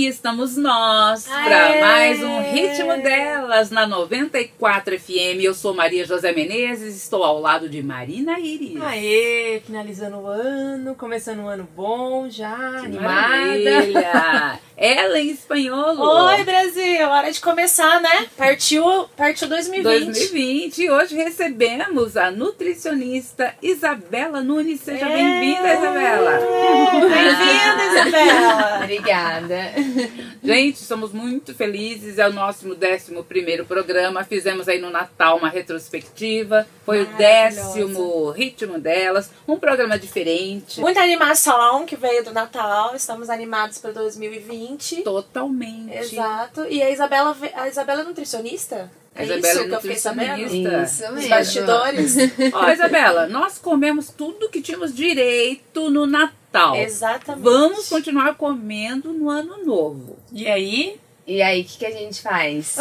aqui estamos nós para mais um Ritmo Delas na 94 FM. Eu sou Maria José Menezes, estou ao lado de Marina Iris. Aê, finalizando o ano, começando um ano bom já, Que animada. Maravilha. Ellen Espanholo. Oi, Brasil, hora de começar, né? Partiu 2020. 2020. E hoje recebemos a nutricionista Isabela Nunes. Seja bem-vinda, Isabela. Bem-vinda, Isabela. Obrigada. Gente, somos muito felizes. É o nosso 11º programa. Fizemos aí no Natal uma retrospectiva. Foi o 10º Ritmo Delas. Um programa diferente. Muita animação que veio do Natal. Estamos animados para 2020. Totalmente. Exato. E a Isabela é nutricionista? A É Isabela isso que eu fiquei sabendo? nutricionista. Isso Os mesmo. bastidores? Ó, Isabela, nós comemos tudo que tínhamos direito no Natal. Exatamente. Vamos continuar comendo no Ano Novo. E aí? E aí, o que a gente faz?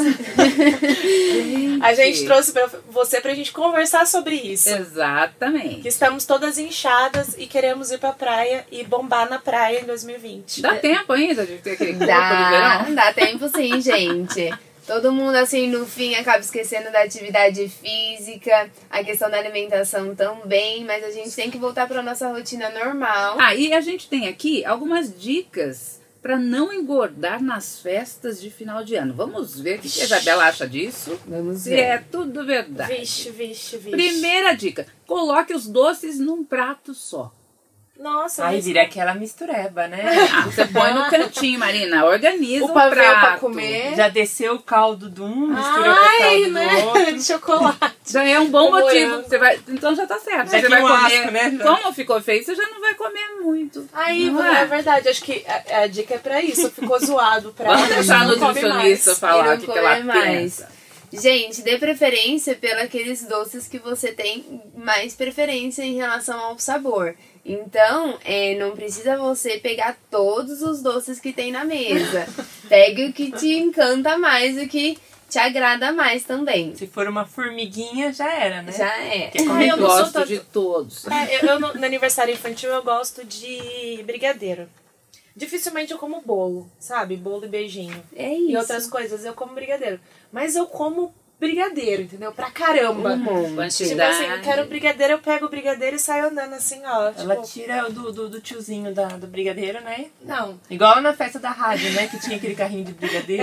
A gente trouxe pra você pra gente conversar sobre isso. Exatamente. Que estamos todas inchadas e queremos ir pra praia e bombar na praia em 2020. Dá tempo ainda de ter aquele corpo de verão? Dá tempo sim, gente. Todo mundo, assim, no fim, acaba esquecendo da atividade física, a questão da alimentação também, mas a gente tem que voltar pra nossa rotina normal. Ah, e a gente tem aqui algumas dicas para não engordar nas festas de final de ano. Vamos ver o que a Isabela acha disso. Vamos Se ver. é tudo verdade. Vixe. Primeira dica, coloque os doces num prato só. Nossa, Aí mas... vira aquela mistureba, né? Ah, você põe no cantinho, Marina. Organiza O o pavê prato. pra comer. Já desceu o caldo de um, mistura com o Ai, caldo né? do outro. De chocolate. Já é um bom Com motivo. morango. Você vai, então já tá certo. Já Você vai que um comer. asco, né? Como ficou feio, você já não vai comer muito. Aí, Não é verdade, acho que a dica é pra isso. Ficou zoado pra Vamos deixar a não come nutricionista mais. falar E não o que ela comer mais. pensa. Gente, dê preferência pelos aqueles doces que você tem mais preferência em relação ao sabor. Então, não precisa você pegar todos os doces que tem na mesa. Pegue o que te encanta mais, o que te agrada mais também. Se for uma formiguinha, já era, né? Já é. Ai, eu não sou Gosto tanto- de todos. Eu no aniversário infantil eu gosto de brigadeiro. Dificilmente eu como bolo, sabe? Bolo e beijinho. É isso. E outras coisas eu como brigadeiro. Mas eu como brigadeiro, entendeu? Pra caramba. Um monte. Tipo assim, eu quero brigadeiro, eu pego o brigadeiro e saio andando assim, ó. Ela Tipo, tira do tiozinho do brigadeiro, né? não, Igual na festa da rádio, né? Que tinha aquele carrinho de brigadeiro.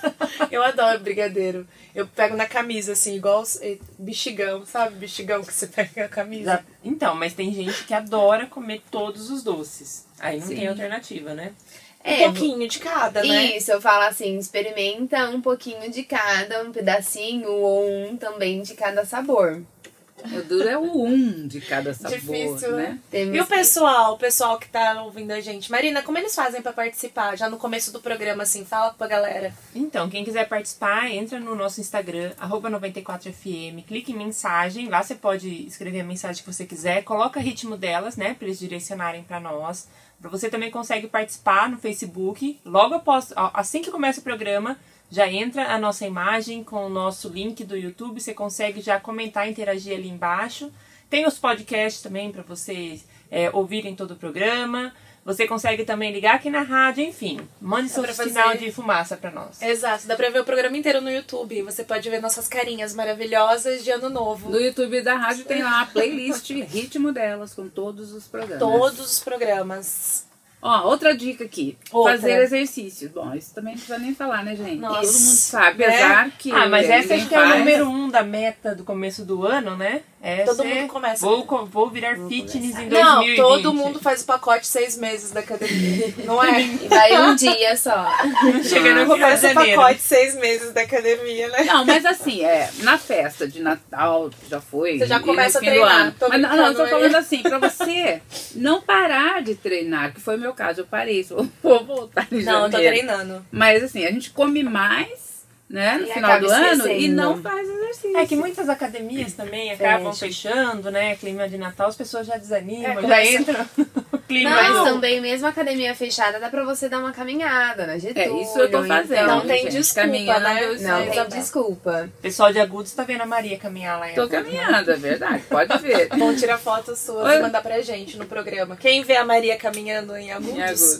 eu adoro brigadeiro. Eu pego na camisa, assim, igual bexigão, sabe? Bexigão que você pega na camisa. Então, mas tem gente que adora comer todos os doces. Aí não Sim. tem alternativa, né? Um pouquinho de cada, né? Isso, eu falo assim, experimenta um pouquinho de cada, um pedacinho ou um também de cada sabor. O duro é o de cada sabor, Difícil, né? Temos E o pessoal que tá ouvindo a gente? Marina, como eles fazem pra participar? Já no começo do programa, assim, fala pra galera. Então, quem quiser participar, entra no nosso Instagram, @94fm, clique em mensagem, lá você pode escrever a mensagem que você quiser, coloca ritmo delas, né, pra eles direcionarem pra nós. Você também consegue participar no Facebook, logo após, assim que começa o programa, já entra a nossa imagem com o nosso link do YouTube, você consegue já comentar, interagir ali embaixo. Tem os podcasts também para vocês ouvirem todo o programa. Você consegue também ligar aqui na rádio, enfim. Mande seu pra fazer- sinal de fumaça para nós. Exato, dá pra ver o programa inteiro no YouTube. Você pode ver nossas carinhas maravilhosas de ano novo. No YouTube da rádio tem lá a playlist Ritmo Delas, com todos os programas. Todos os programas. Ó, outra dica aqui. Outra. Fazer exercício. Bom, isso também não precisa nem falar, né, gente? Nossa. Todo mundo sabe, Né? apesar que Mas essa ninguém acho que é o faz. número 1 da meta do começo do ano, né? Essa Todo mundo começa. Vou virar fitness em 2020. Não, todo mundo faz o pacote 6 meses da academia. Não é? E vai um dia só. Chega no final de Começa o janeiro. pacote 6 meses da academia, né? Não, mas assim, na festa de Natal, já foi. Você já e no começa a fim do treinar, ano. tô Mas não, eu brincando, tô né? falando assim, pra você não parar de treinar, que foi o meu caso, eu parei, vou voltar em Não, eu tô janeiro. treinando. Mas assim, a gente come mais, né, no E final acaba do ano e esquecendo. não faz exercício. É que muitas academias também acabam fechando, né? Clima de Natal, as pessoas já desanimam, já começa- entram no clima. Mas Não, também, mesmo a academia fechada, dá pra você dar uma caminhada na Getúlio. isso eu tô fazendo. Então, Não tem gente, desculpa, caminhando, né? eu não sei. tem desculpa. o pessoal de Agudos tá vendo a Maria caminhar lá em Tô Agudos, né? caminhando, é verdade, pode ver. Vão tirar fotos suas Oi. e mandar pra gente no programa. Quem vê a Maria caminhando em Agudos, Em Agudos.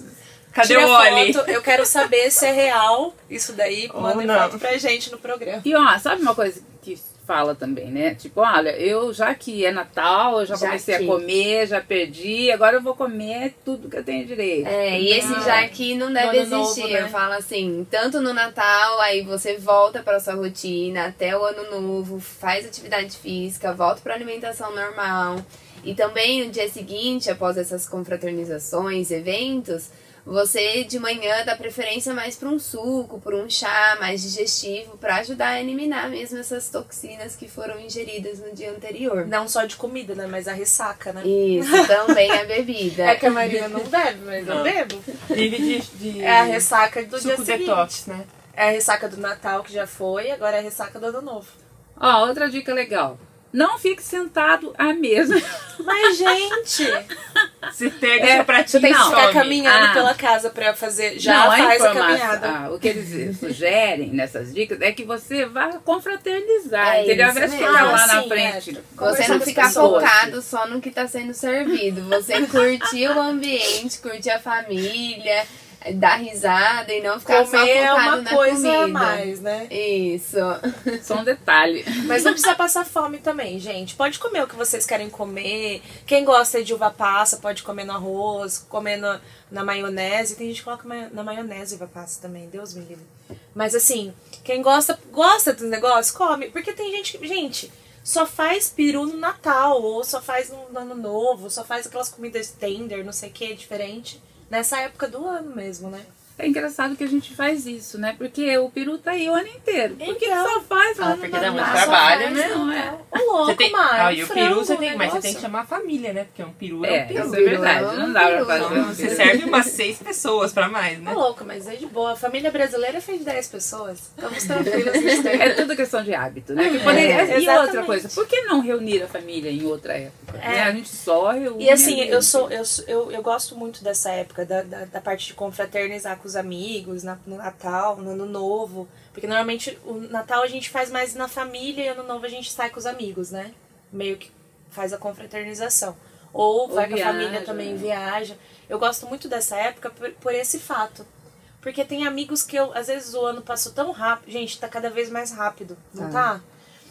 Cadê tira o Oli? foto. Eu quero saber se é real isso daí. Ou Mandem não. foto pra gente no programa. E ó, sabe uma coisa que fala também, né? Tipo, olha, eu já que é Natal, eu já comecei a comer, já perdi, agora eu vou comer tudo que eu tenho direito. E esse já aqui não deve no ano existir. novo, né? Eu falo assim, tanto no Natal, aí você volta pra sua rotina, até o ano novo, faz atividade física, volta pra alimentação normal. E também no dia seguinte, após essas confraternizações, eventos, você de manhã dá preferência mais para um suco, por um chá mais digestivo, para ajudar a eliminar mesmo essas toxinas que foram ingeridas no dia anterior. Não só de comida, né? Mas a ressaca, né? Isso, também a bebida. É que a Marina não bebe, mas eu bebo. Vive de É a ressaca do dia suco seguinte. detox, né? É a ressaca do Natal, que já foi, agora é a ressaca do Ano Novo. Ó, outra dica legal. Não fique sentado à mesa. Mas, gente, Você pega seu pratinho você tem que e ficar some. caminhando pela casa pra fazer. Já Não, faz a informação- caminhada. o que eles sugerem nessas dicas é que você vá confraternizar, É entendeu? Ao isso invés de mesmo. ficar lá Ah, na sim, frente. Você Conversar não com as ficar pessoas. focado só no que está sendo servido. Você curtir o ambiente, curtir a família, dar risada e não ficar só Comer é focado uma na coisa comida. a mais, né? Isso. Só um detalhe. Mas não precisa passar fome também, gente. Pode comer o que vocês querem comer. Quem gosta de uva passa pode comer no arroz, comer na maionese. Tem gente que coloca na maionese uva passa também, Deus me livre. Mas assim, quem gosta dos negócios, come. Porque tem gente, só faz peru no Natal, ou só faz no Ano Novo, só faz aquelas comidas tender, não sei o que, diferente. Nessa época do ano mesmo, né? É engraçado que a gente faz isso, né? Porque o peru tá aí o ano inteiro. Por que Então. só faz o ano porque dá muito normal? trabalho, Só né? faz, Não é? Ô, louco, Você tem, Mário, e o frango, peru você tem, mas você negócio. tem que chamar a família, né? Porque um peru é É, um peru. isso é verdade. Não dá pra peru, fazer Então, um você peru. serve umas 6 pessoas pra mais, né? Ô, louco, mas é de boa. A família brasileira é feita de 10 pessoas. Estamos tranquilos nisso daí. É tudo questão de hábito, né? Que poderia- e outra exatamente. coisa, por que não reunir a família em outra época? É. Né? A gente só reúne. E assim, ali. eu gosto muito dessa época, da parte de confraternizar com os amigos, no Natal, no Ano Novo. Porque normalmente o Natal a gente faz mais na família e Ano Novo a gente sai com os amigos, né? Meio que faz a confraternização. Ou vai com a viaja, família também, né? viaja. Eu gosto muito dessa época por esse fato. Porque tem amigos que às vezes o ano passou tão rápido. Gente, tá cada vez mais rápido, não tá?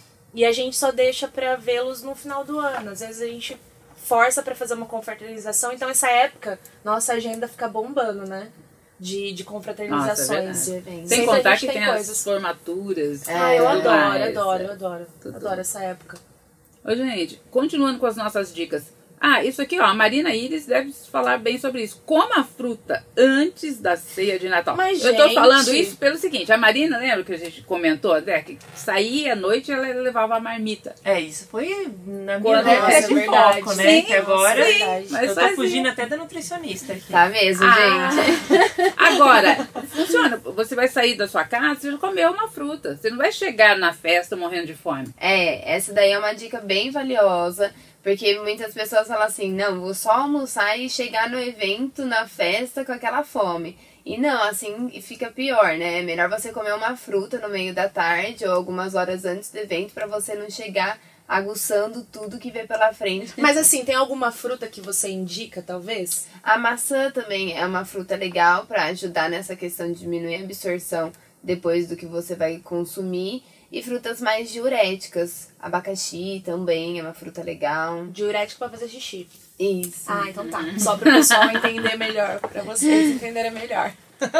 E a gente só deixa pra vê-los no final do ano. Às vezes a gente força pra fazer uma confraternização. Então essa época, nossa agenda fica bombando, né? De confraternizações. Nossa, é Eventos. Sem Sempre contar a gente que tem tem coisas. as formaturas. Ah, eu tudo mais. adoro Tudo. Adoro essa época. Ô, gente, continuando com as nossas dicas. Ah, isso aqui, ó, a Marina Iris deve falar bem sobre isso. Coma a fruta antes da ceia de Natal. Mas, eu tô gente- falando isso pelo seguinte, a Marina, lembra que a gente comentou, né, que saía à noite e ela levava a marmita. É, isso foi na minha Quando década é de verdade. foco, né? Sim, que agora sim, mas eu tô fazia. fugindo até da nutricionista aqui. Tá mesmo, Ah, gente? Agora, funciona. Você vai sair da sua casa, você já comeu uma fruta. Você não vai chegar na festa morrendo de fome. Essa daí é uma dica bem valiosa, porque muitas pessoas falam assim, não, vou só almoçar e chegar no evento, na festa, com aquela fome. E não, assim fica pior, né? É melhor você comer uma fruta no meio da tarde ou algumas horas antes do evento pra você não chegar aguçando tudo que vê pela frente. Mas assim, tem alguma fruta que você indica, talvez? A maçã também é uma fruta legal pra ajudar nessa questão de diminuir a absorção depois do que você vai consumir. E frutas mais diuréticas. Abacaxi também é uma fruta legal. Diurético pra fazer xixi. Isso. Ah, então tá. Só pro pessoal entender melhor, pra vocês entenderem melhor.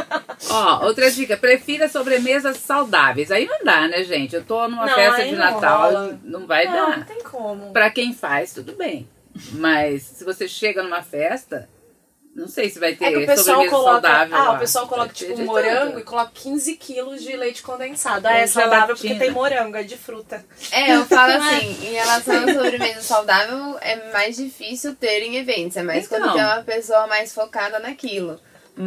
Ó, outra dica, prefira sobremesas saudáveis. Aí não dá, né, gente? Eu tô numa Não, festa aí de não Natal, rola. não vai Não dar. tem como. Pra quem faz, tudo bem. Mas se você chega numa festa, não sei se vai ter É que o pessoal sobremesa coloca. saudável lá. O pessoal coloca Vai ter tipo de morango tudo. e coloca 15 quilos de leite condensado. Ou Ah, é saudável porque gelatina. tem morango, é de fruta. Eu falo assim, em relação à sobremesa saudável, é mais difícil ter em eventos. É mais Então. quando tem uma pessoa mais focada naquilo.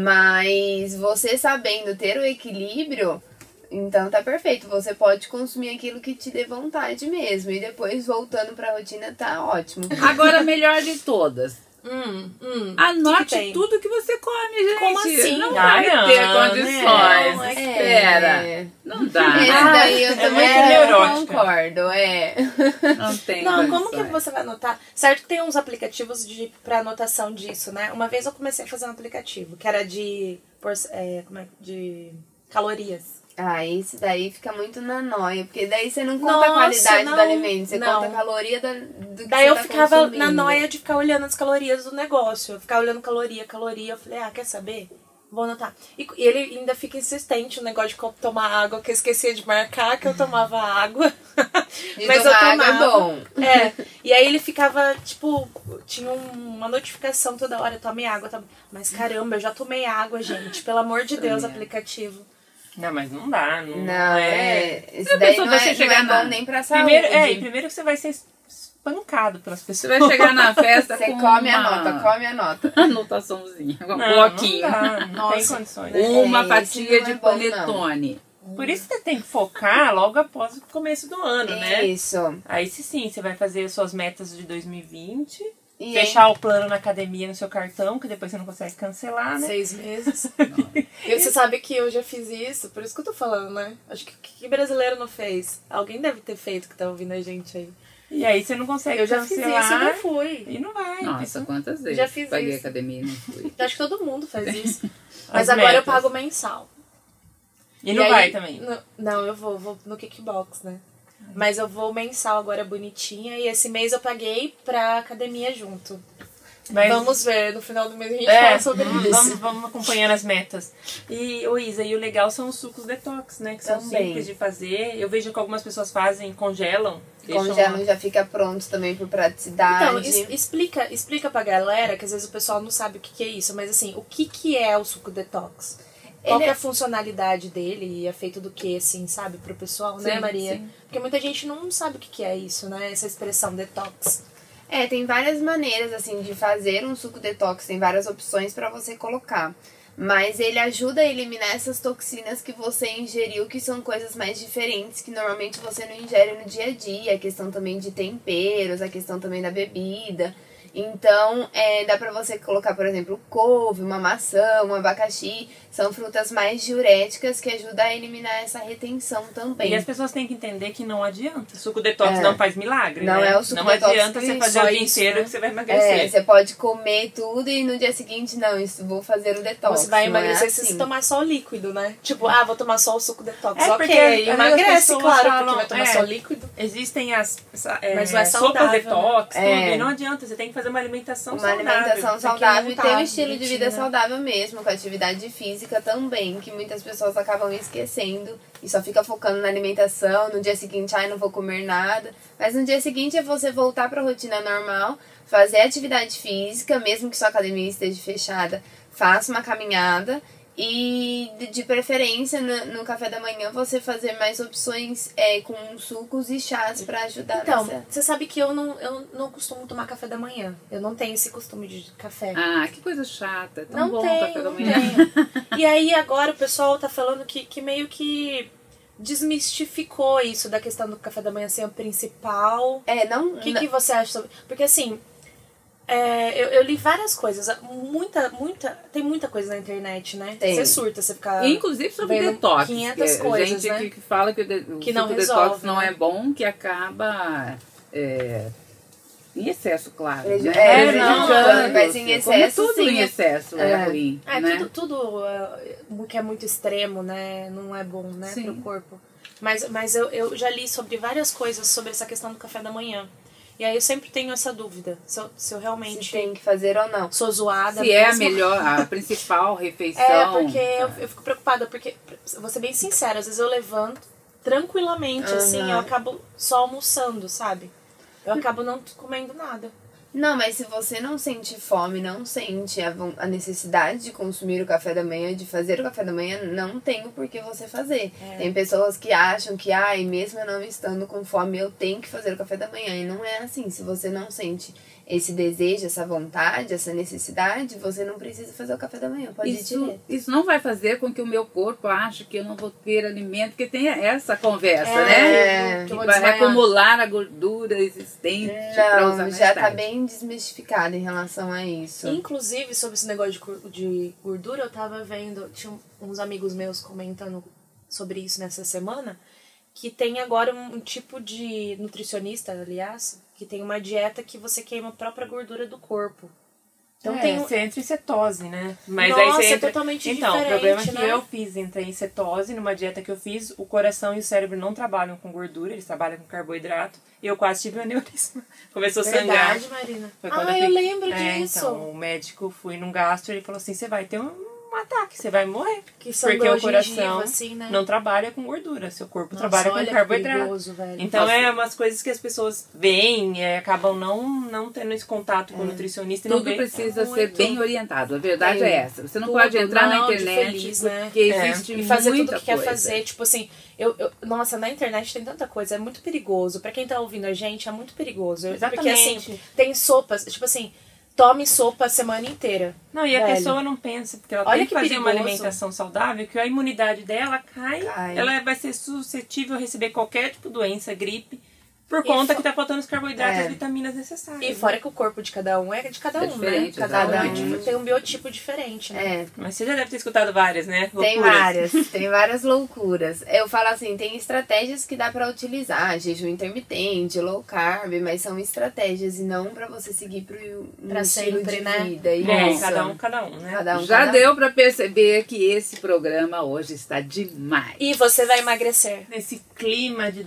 Mas você sabendo ter o equilíbrio, então tá perfeito. Você pode consumir aquilo que te dê vontade mesmo. E depois, voltando pra rotina, tá ótimo. Agora, a melhor de todas. Anote tem? tudo que você come, gente. Como assim? Não Ah, vai não, ter né? condições. Não, Espera. Não dá. Esse daí eu também muito neurótica. concordo, Não tem Não, como condições. que você vai anotar? Certo que tem uns aplicativos pra anotação disso, né? Uma vez eu comecei a fazer um aplicativo que era de calorias. Ah, esse daí fica muito na noia, porque daí você não conta Nossa, a qualidade não, do alimento, você não. conta a caloria do que Daí você eu tá ficava consumindo. na noia de ficar olhando as calorias do negócio. Eu ficava olhando caloria. Eu falei, quer saber? Vou anotar. E ele ainda fica insistente, o negócio de tomar água, que eu esquecia de marcar que eu tomava água. De Mas tomar eu água é tomava. bom. E aí ele ficava, tipo, tinha uma notificação toda hora, tome água. Mas caramba, eu já tomei água, gente. Pelo amor de Deus, aplicativo. Não, mas não dá. Não Esse daí não é bom nem pra saúde. Primeiro que você vai ser espancado pelas pessoas. Você vai chegar na festa Você com come a uma nota, come a nota. anotaçõezinha, um Não bloquinho. dá, não tem Nossa. condições. Uma esse fatia não é de bom, panetone. Por isso você tem que focar logo após o começo do ano, né? Isso. Aí sim, você vai fazer as suas metas de 2020, E fechar o plano na academia no seu cartão, que depois você não consegue cancelar, né? 6 meses. E você sabe que eu já fiz isso, por isso que eu tô falando, né? Acho que brasileiro não fez. Alguém deve ter feito que tá ouvindo a gente aí. E aí você não consegue Eu já fiz cancelar. isso e não fui. E não vai. Nossa, Isso- quantas vezes Já fiz paguei isso. academia e não fui. Eu acho que todo mundo faz isso. As Mas agora eu metas. pago mensal. E não aí- vai também. Não, eu vou no kickbox, né? Mas eu vou mensal agora bonitinha. E esse mês eu paguei pra academia junto. Mas- Vamos ver, no final do mês a gente fala sobre isso. Vamos acompanhando as metas. E, Isa, e o legal são os sucos detox, né? Que são Também. simples de fazer. Eu vejo que algumas pessoas fazem, congelam. deixam Congelam, já fica pronto também por praticidade. Então, explica pra galera, que às vezes o pessoal não sabe o que é isso, mas assim, o que é o suco detox? Qual Ele que é é- a funcionalidade dele e é feito do que, assim, sabe, pro pessoal, né, Sim, Maria? sim. Porque muita gente não sabe o que é isso, né, essa expressão detox. Tem várias maneiras, assim, de fazer um suco detox, tem várias opções pra você colocar. Mas ele ajuda a eliminar essas toxinas que você ingeriu, que são coisas mais diferentes, que normalmente você não ingere no dia a dia. A questão também de temperos, a questão também da bebida. Então, dá pra você colocar, por exemplo, couve, uma maçã, um abacaxi. São frutas mais diuréticas que ajudam a eliminar essa retenção também. E as pessoas têm que entender que não adianta. Suco detox não faz milagre, Não né? é o suco não detox adianta que você fazer só o dia isso, inteiro né? que você vai emagrecer. Você pode comer tudo e no dia seguinte, não, isso vou fazer o detox. Você vai não é emagrecer se assim. você tomar só o líquido, né? Tipo, vou tomar só o suco detox. É, Ok, porque às vezes emagrece, as pessoas claro, falam, porque vai tomar só o líquido. Existem Mas não é sopas saudável, detox, né? tudo, e não adianta, você tem que fazer uma alimentação Uma saudável. alimentação Tem que saudável e ter um montar estilo de vida direitinho, né? saudável mesmo, com atividade física também, que muitas pessoas acabam esquecendo e só fica focando na alimentação, no dia seguinte, não vou comer nada. Mas no dia seguinte é você voltar para a rotina normal, fazer atividade física, mesmo que sua academia esteja fechada, faça uma caminhada e de preferência no café da manhã você fazer mais opções com sucos e chás para ajudar Então, nessa... você sabe que eu não costumo tomar café da manhã. Eu não tenho esse costume de café. Ah, que coisa chata. É tão Não bom o tenho, café da não manhã. tenho. E aí agora o pessoal tá falando que meio que desmistificou isso da questão do café da manhã ser o principal. não... O que você acha sobre... Porque assim, eu li várias coisas. Tem muita coisa na internet, né? Tem. Você surta, você fica... Inclusive sobre vendo detox. 500 que coisas, gente né? que fala que o Que não suco resolve, detox não né? é bom, que acaba em excesso, claro. Ele- né? não, quando faz em Como excesso, tudo sim, em excesso é ruim, né? Tudo que é muito extremo, né? Não é bom, né? Sim. Pro corpo. Mas eu já li sobre várias coisas sobre essa questão do café da manhã. E aí eu sempre tenho essa dúvida. Se eu realmente se tem que fazer ou não. sou zoada Se é a mesmo. melhor, a principal refeição. Porque eu fico preocupada, porque, vou ser bem sincera, às vezes eu levanto tranquilamente, assim, eu acabo só almoçando, sabe? Eu acabo não comendo nada. Não, mas se você não sente fome, não sente a necessidade de consumir o café da manhã, de fazer o café da manhã, não tem o porquê você fazer. Tem pessoas que acham que, mesmo eu não estando com fome, eu tenho que fazer o café da manhã. E não é assim. Se você não sente esse desejo, essa vontade, essa necessidade, você não precisa fazer o café da manhã. Pode ir direto. Isso não vai fazer com que o meu corpo ache que eu não vou ter alimento, porque tem essa conversa, né? que eu vou vai desmaiar. acumular a gordura existente para usar Não, mais já tá tarde. bem bem desmistificada em relação a isso. Inclusive, sobre esse negócio de gordura, eu tava vendo, tinha uns amigos meus comentando sobre isso nessa semana, que tem agora um tipo de nutricionista, aliás, que tem uma dieta que você queima a própria gordura do corpo. Então tem você entra em cetose, né? Mas Nossa, aí você entra... é totalmente então, diferente, o problema é que né? eu fiz, entrei em cetose, numa dieta que eu fiz, o coração e o cérebro não trabalham com gordura, eles trabalham com carboidrato, e eu quase tive um aneurisma. Começou a sangrar. Verdade, Marina. Foi quando Eu lembro disso. Então, o médico, fui num gastro, ele falou assim, você vai ter um ataque, você vai morrer. Que porque sangrou o coração gengiva, assim, né? não trabalha com gordura, seu corpo Nossa, trabalha olha com que carboidrato. perigoso, velho. Então é umas coisas que as pessoas veem, acabam não tendo esse contato com o nutricionista e não Tudo veem. precisa ser bem orientado. A verdade é essa. Você não Tudo, pode entrar na não, de internet feliz, né? porque existe E fazer muita tudo que quer coisa. fazer. Tipo assim, nossa, na internet tem tanta coisa, é muito perigoso. Pra quem tá ouvindo a gente, é muito perigoso. Exatamente. Porque assim, tem sopas, tipo assim, tome sopa a semana inteira. Não, e a velho. pessoa não pensa, porque ela Olha tem que que fazer uma perigoso. alimentação saudável, que a imunidade dela cai. Ela vai ser suscetível a receber qualquer tipo de doença, gripe, por conta que tá faltando os carboidratos e as vitaminas necessárias. E fora que o corpo de cada um é de cada um, né? diferente, Cada um exatamente. tem um biotipo diferente, né? Mas você já deve ter escutado várias, né? Tem Loucuras. tem várias loucuras. Eu falo assim, tem estratégias que dá pra utilizar, jejum intermitente, low carb, mas são estratégias e não pra você seguir pro Pra estilo sempre, de né? vida. É, Isso. cada um, né? Cada um, Já cada um. deu pra perceber que esse programa hoje está demais. E você vai emagrecer. Nesse clima de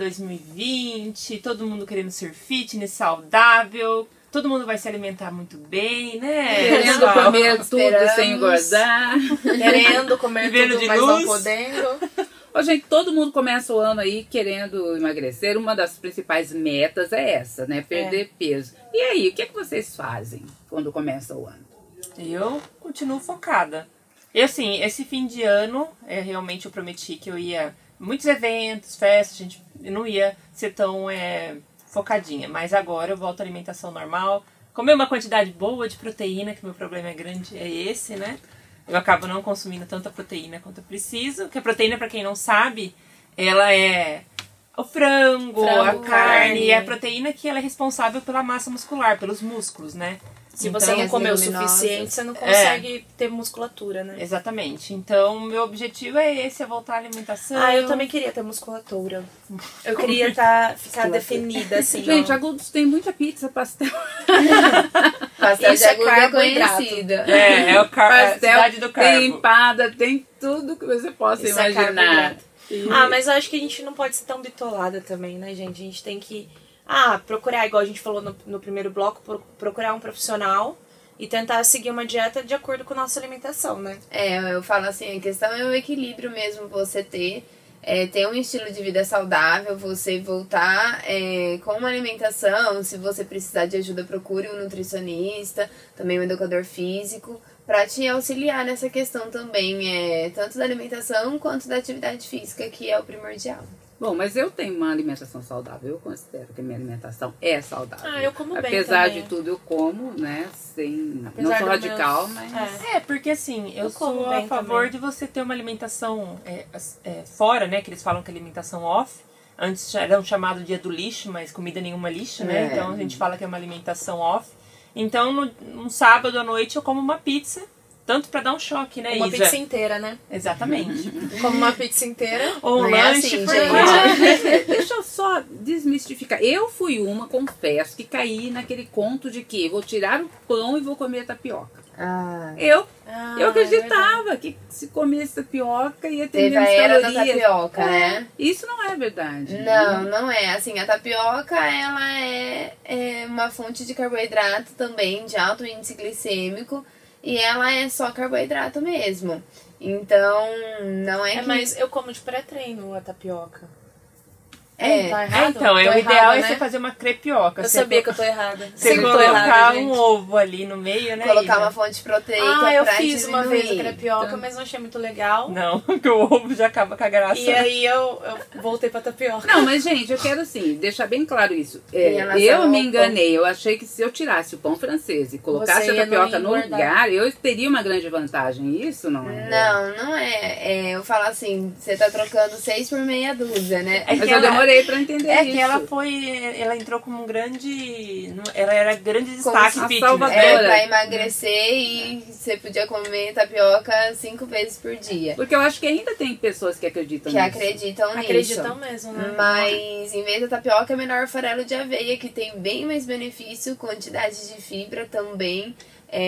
2020, todo mundo querendo ser fitness, saudável, todo mundo vai se alimentar muito bem, né? Querendo pessoal? comer tudo Esperamos. sem engordar. Querendo comer Vivendo tudo, de mas luz. não podendo. Ô, gente, todo mundo começa o ano aí querendo emagrecer. Uma das principais metas é essa, né? Perder peso. E aí, o que é que vocês fazem quando começa o ano? Eu continuo focada. E assim, esse fim de ano, realmente eu prometi que eu ia... Muitos eventos, festas, eu não ia ser tão focadinha. Mas agora eu volto à alimentação normal. Comer uma quantidade boa de proteína, que meu problema é grande, é esse, né? Eu acabo não consumindo tanta proteína quanto eu preciso. Que a proteína, pra quem não sabe, ela é o frango, a carne. E a proteína que ela é responsável pela massa muscular, pelos músculos, né? Se Então, você não as comer o leguminosas. suficiente, você não consegue ter musculatura, né? Exatamente. Então, meu objetivo é esse, é voltar à alimentação. Eu também queria ter musculatura. Eu queria ficar definida, assim. Gente, ó. Agudos tem muita pizza, pastel. Pastel Isso de é agudo é carboidrato. conhecido. É o a cidade do carbo. tem empada, tem tudo que você possa Isso é imaginar. carboidrato. Mas eu acho que a gente não pode ser tão bitolada também, né, gente? A gente tem que procurar, igual a gente falou no primeiro bloco, procurar um profissional e tentar seguir uma dieta de acordo com a nossa alimentação, né? Eu falo assim, a questão é o equilíbrio mesmo, você ter um estilo de vida saudável, você voltar com uma alimentação, se você precisar de ajuda, procure um nutricionista, também um educador físico, para te auxiliar nessa questão também, tanto da alimentação quanto da atividade física, que é o primordial. Bom, mas eu tenho uma alimentação saudável. Eu considero que a minha alimentação é saudável. Eu como bem Apesar também. de tudo, eu como, né? Não Apesar sou do radical, meus- mas... Porque assim, eu como sou a bem favor também. de você ter uma alimentação fora, né? Que eles falam que é alimentação off. Antes já era um chamado dia do lixo, mas comida nenhuma lixo, né? Então a gente fala que é uma alimentação off. Então, num sábado à noite eu como uma pizza. Tanto pra dar um choque, né, Uma Isa? pizza inteira, né? Exatamente. Como uma pizza inteira. Ou um Não é lanche assim, por gente. lá. Deixa eu só desmistificar. Eu fui confesso, que caí naquele conto de que vou tirar o pão e vou comer tapioca. Eu acreditava que se comesse tapioca ia ter Teve a menos era da calorias. tapioca, né? Isso não é verdade. Não é. Assim, a tapioca, ela é uma fonte de carboidrato também, de alto índice glicêmico, e ela é só carboidrato mesmo. Então, não é que... Mas eu como de pré-treino a tapioca. Tá É, errado? então, Tô o ideal errada, é né? você fazer uma crepioca. Eu Você sabia que eu tô errada. Você Sempre tô colocar errada, um gente. ovo ali no meio, né? Colocar Isa? uma fonte proteica Eu pra fiz uma vez a diminuir. crepioca, mas não achei muito legal. Não, porque o ovo já acaba com a graça. E aí eu voltei pra tapioca. Não, mas gente, eu quero assim, deixar bem claro isso. Em relação Eu ao me enganei, eu achei que se eu tirasse o pão francês e colocasse Você a ia tapioca não no engordar. lugar, eu teria uma grande vantagem. Isso não é? Não é. Eu falo assim, você tá trocando 6 por meia dúzia, né? É Mas que eu ela- demorei pra entender É isso. que ela entrou como um grande, ela era grande destaque a fitness. salvadora. Era pra emagrecer e você podia comer tapioca 5 vezes por dia. Porque eu acho que ainda tem pessoas que acreditam Que nisso. acreditam nisso. Acreditam mesmo, né? Mas em vez da tapioca é melhor o farelo de aveia, que tem bem mais benefício, quantidade de fibra também.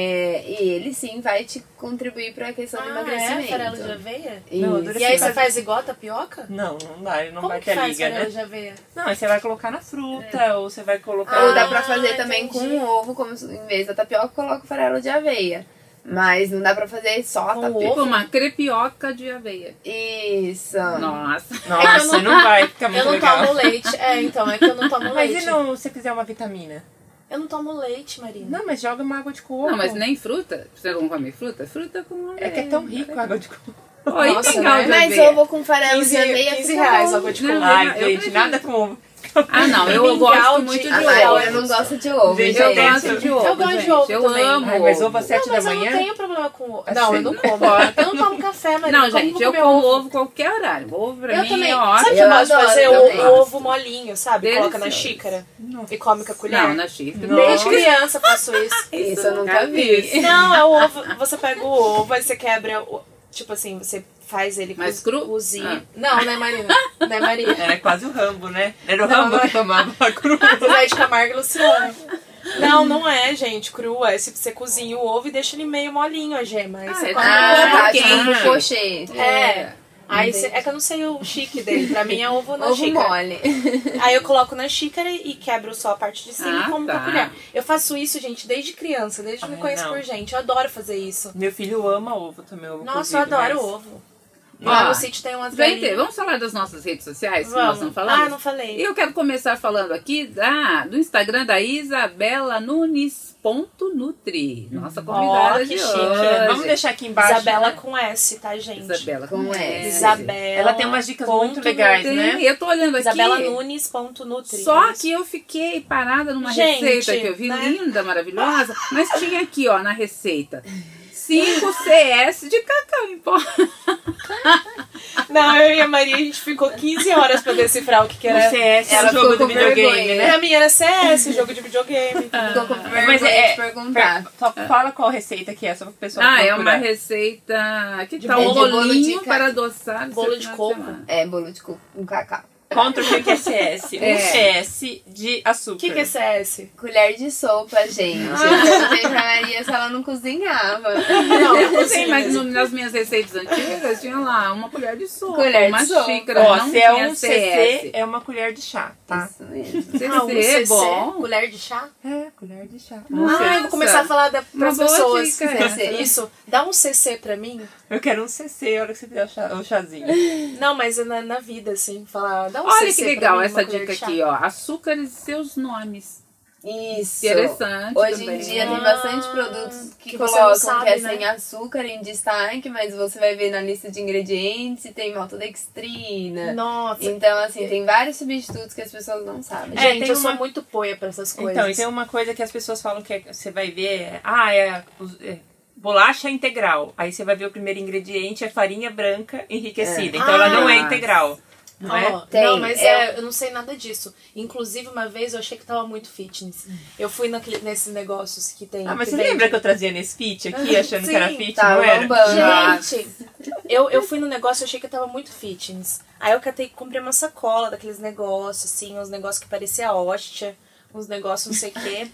E ele sim vai te contribuir pra questão do emagrecimento. farelo de aveia? Não, eu Isso. adorei. E aí Mas- você faz igual a tapioca? Não dá, ele não Como vai que ter faz liga, farelo né? de aveia? Não, aí você vai colocar na fruta, ou você vai colocar... Ou dá pra fazer também entendi. com ovo, como em vez da tapioca, coloca o farelo de aveia. Mas não dá pra fazer só a Com tapioca. Tipo uma crepioca de aveia. Isso. Nossa. Nossa, não vai ficar Eu muito não legal. tomo leite. Então, é que eu não tomo Mas leite. e não, se você fizer uma vitamina? Eu não tomo leite, Marina. Não, mas joga uma água de coco. Não, mas nem fruta. Você não come fruta? Fruta com aveia. É que é tão rico a água de coco. Ó, e Nossa, pingal né? de Mas aveia? ovo com farelo de aveia 15 fica reais bom. água de Não, coco. Ai, eu gente, acredito. nada com ovo. Ah, não, eu Mingau gosto de- muito de Ah, A ovo. Maria não gosta de ovo, Gente, Eu gente. gosto de ovo, Eu gosto de gente. ovo Eu também. amo Ai, mas ovo. ovo às 7 Não, mas da eu manhã? não tenho problema com ovo. Assim. Não, eu não como. Eu não tomo café, Marina. Não, Como gente, vou eu comer como ovo qualquer horário. Ovo pra Eu mim também. é Sabe o ótimo. que eu Eu gosto de adoro fazer? também. O ovo molinho, sabe? Coloca na Delicioso. xícara e come com a colher. Não, na xícara. Desde criança eu faço isso. Isso eu nunca vi. Não, é o ovo. Você pega o ovo, aí você quebra. Tipo assim, você faz ele Mas cru? cozinho. Ah. Não, né, Marina? Né, Maria? Era quase o Rambo, né? Era o Não, Rambo não é. que tomava a cru. Zé de Camargo e Luciano. Não, não é, gente. Cru é se você cozinha o ovo e deixa ele meio molinho a gema. Aí você é come tipo o ovo Ah, quente. tipo pochê. É. Aí Entendi. é que eu não sei o chique dele. Pra mim é ovo na Ovo xícara. mole. Aí eu coloco na xícara e quebro só a parte de cima Ah, e como com tá. a colher. Eu faço isso, gente, desde criança, desde que me Ai, conheço não. por gente. Eu adoro fazer isso. Meu filho ama ovo também, ovo Nossa, eu cozido, adoro mas- ovo. Ó, Lá no sítio tem umas Gente, galinhas. vamos falar das nossas redes sociais que nós não falamos? Ah, não falei. E eu quero começar falando aqui do Instagram da Isabela Nunes.nutri. Nossa convidada que de chique. hoje. Vamos deixar aqui embaixo. Isabela né? com S, tá, gente? Isabela Com S. S. Isabela. Ela tem umas dicas muito legais, Tem, né? eu tô olhando aqui. IsabelaNunes.nutri. Só que eu fiquei parada numa Gente, receita que eu vi, né? linda, maravilhosa, mas tinha aqui, ó, na receita, 5 CS de cacau em pó. Não, eu e a Maria, a gente ficou 15 horas pra decifrar o que O era. CS é Ela o jogo ficou do com videogame, vergonha. né? Pra mim era CS, jogo de videogame. Ficou com Mas vergonha é- de perguntar. Só fala qual receita que é, só pro pessoal Ah, é procurar. uma receita. Que De tal? Um bolo de bolinho ca- para adoçar. o Bolo seu de final coco. semana. É, bolo de coco com cacau. Contra o que é CS. Um É. CS de açúcar. O que é CS? Colher de sopa, gente. Eu perguntei pra Maria se ela não cozinhava. Não, Eu cozinho sei, mas mesmo. nas minhas receitas antigas tinha lá uma colher de sopa, Colher de uma sopa. xícara, Ó, não se tinha é um CC, CS. é uma colher de chá, tá? Isso mesmo. CC Ah, um é CC, bom. colher de chá? É, colher de chá. Ah, eu vou começar a falar Uma para as boa pessoas. dica essa. Isso, dá um CC pra mim. Eu quero um CC, a hora que você fizer o chazinho. Não, mas é na vida, assim, falar, dá um Olha CC que legal pra mim, essa uma colher dica de chá. aqui, ó. Açúcares e seus nomes. Isso. Interessante Hoje também. em dia tem bastante produtos que, que você colocam não sabe, que é né? sem açúcar em destaque, mas você vai ver na lista de ingredientes e tem maltodextrina. Nossa. Então, assim, tem vários substitutos que as pessoas não sabem. É, Gente, tem eu sou uma- muito poia pra essas coisas. Então, e tem uma coisa que as pessoas falam que você vai ver, bolacha integral. Aí você vai ver o primeiro ingrediente é farinha branca enriquecida. Então ela não é Ah. integral. Não é? Ó, Tem, não, mas é- eu não sei nada disso. Inclusive, uma vez eu achei que tava muito fitness. Eu fui nesses negócios que tem. Ah, mas que você vende. lembra que eu trazia nesse fit aqui, achando que era Sim, fit, tá não era? bombando. Gente, eu fui no negócio e achei que eu tava muito fitness. Aí eu comprei uma sacola daqueles negócios, assim, uns negócios que parecia hóstia, uns negócios não sei o quê.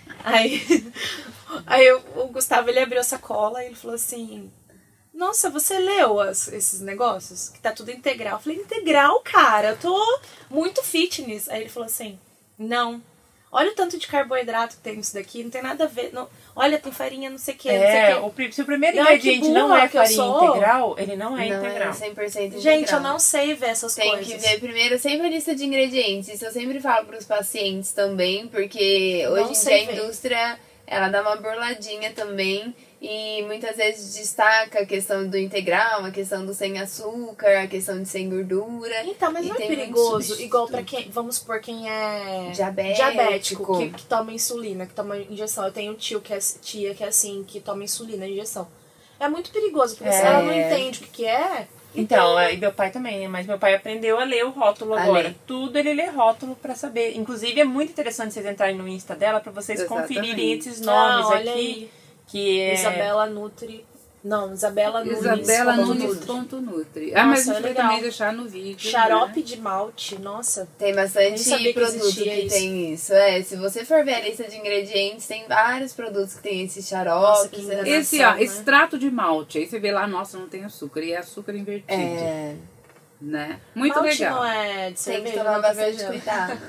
Aí o Gustavo, ele abriu a sacola e ele falou assim... Nossa, você leu esses negócios? Que tá tudo integral. Eu falei, integral, cara? Eu tô muito fitness. Aí ele falou assim, não. Olha o tanto de carboidrato que tem nisso daqui. Não tem nada a ver. Não, olha, tem farinha, não sei o que, não sei É, o quê. se o primeiro Ai, que ingrediente não burra é que eu farinha sou. integral, ele não é Não integral. é 100% integral. Gente, eu não sei ver essas Tem coisas. que ver primeiro sempre a lista de ingredientes. Isso eu sempre falo para os pacientes também, porque Não hoje em dia sei a ver. indústria ela dá uma burladinha também e muitas vezes destaca a questão do integral, a questão do sem açúcar, a questão de sem gordura. Então, mas E não é tem muito perigoso, igual pra substituto. quem, vamos supor, quem é Diabético. que toma insulina, que toma injeção. Eu tenho um tia que é assim, que toma insulina, injeção. É muito perigoso, porque se ela não entende o que é, Então, e meu pai também, né? Mas meu pai aprendeu a ler o rótulo agora. ler. Tudo ele lê rótulo pra saber. Inclusive, é muito interessante vocês entrarem no Insta dela pra vocês Exatamente. conferirem esses nomes olha aqui. aí. Que é... Isabela Nutri. Não, Isabela Nunes. Isabela ponto Nunes Nutri. ponto Nutri. Nossa, Mas a é gente vai legal. também deixar no vídeo. Xarope né? de malte, nossa. Tem Nem bastante sabia que produto existia que isso. tem isso. Se você for ver a lista de ingredientes, tem vários produtos que tem esses Nossa, xaropes. que Esse, Nação, né? extrato de malte. Aí você vê lá, nossa, não tem açúcar. E é açúcar invertido. Né? Muito Malte legal. não é de Tem que cerveja, tomar não, bastante cerveja. cuidado.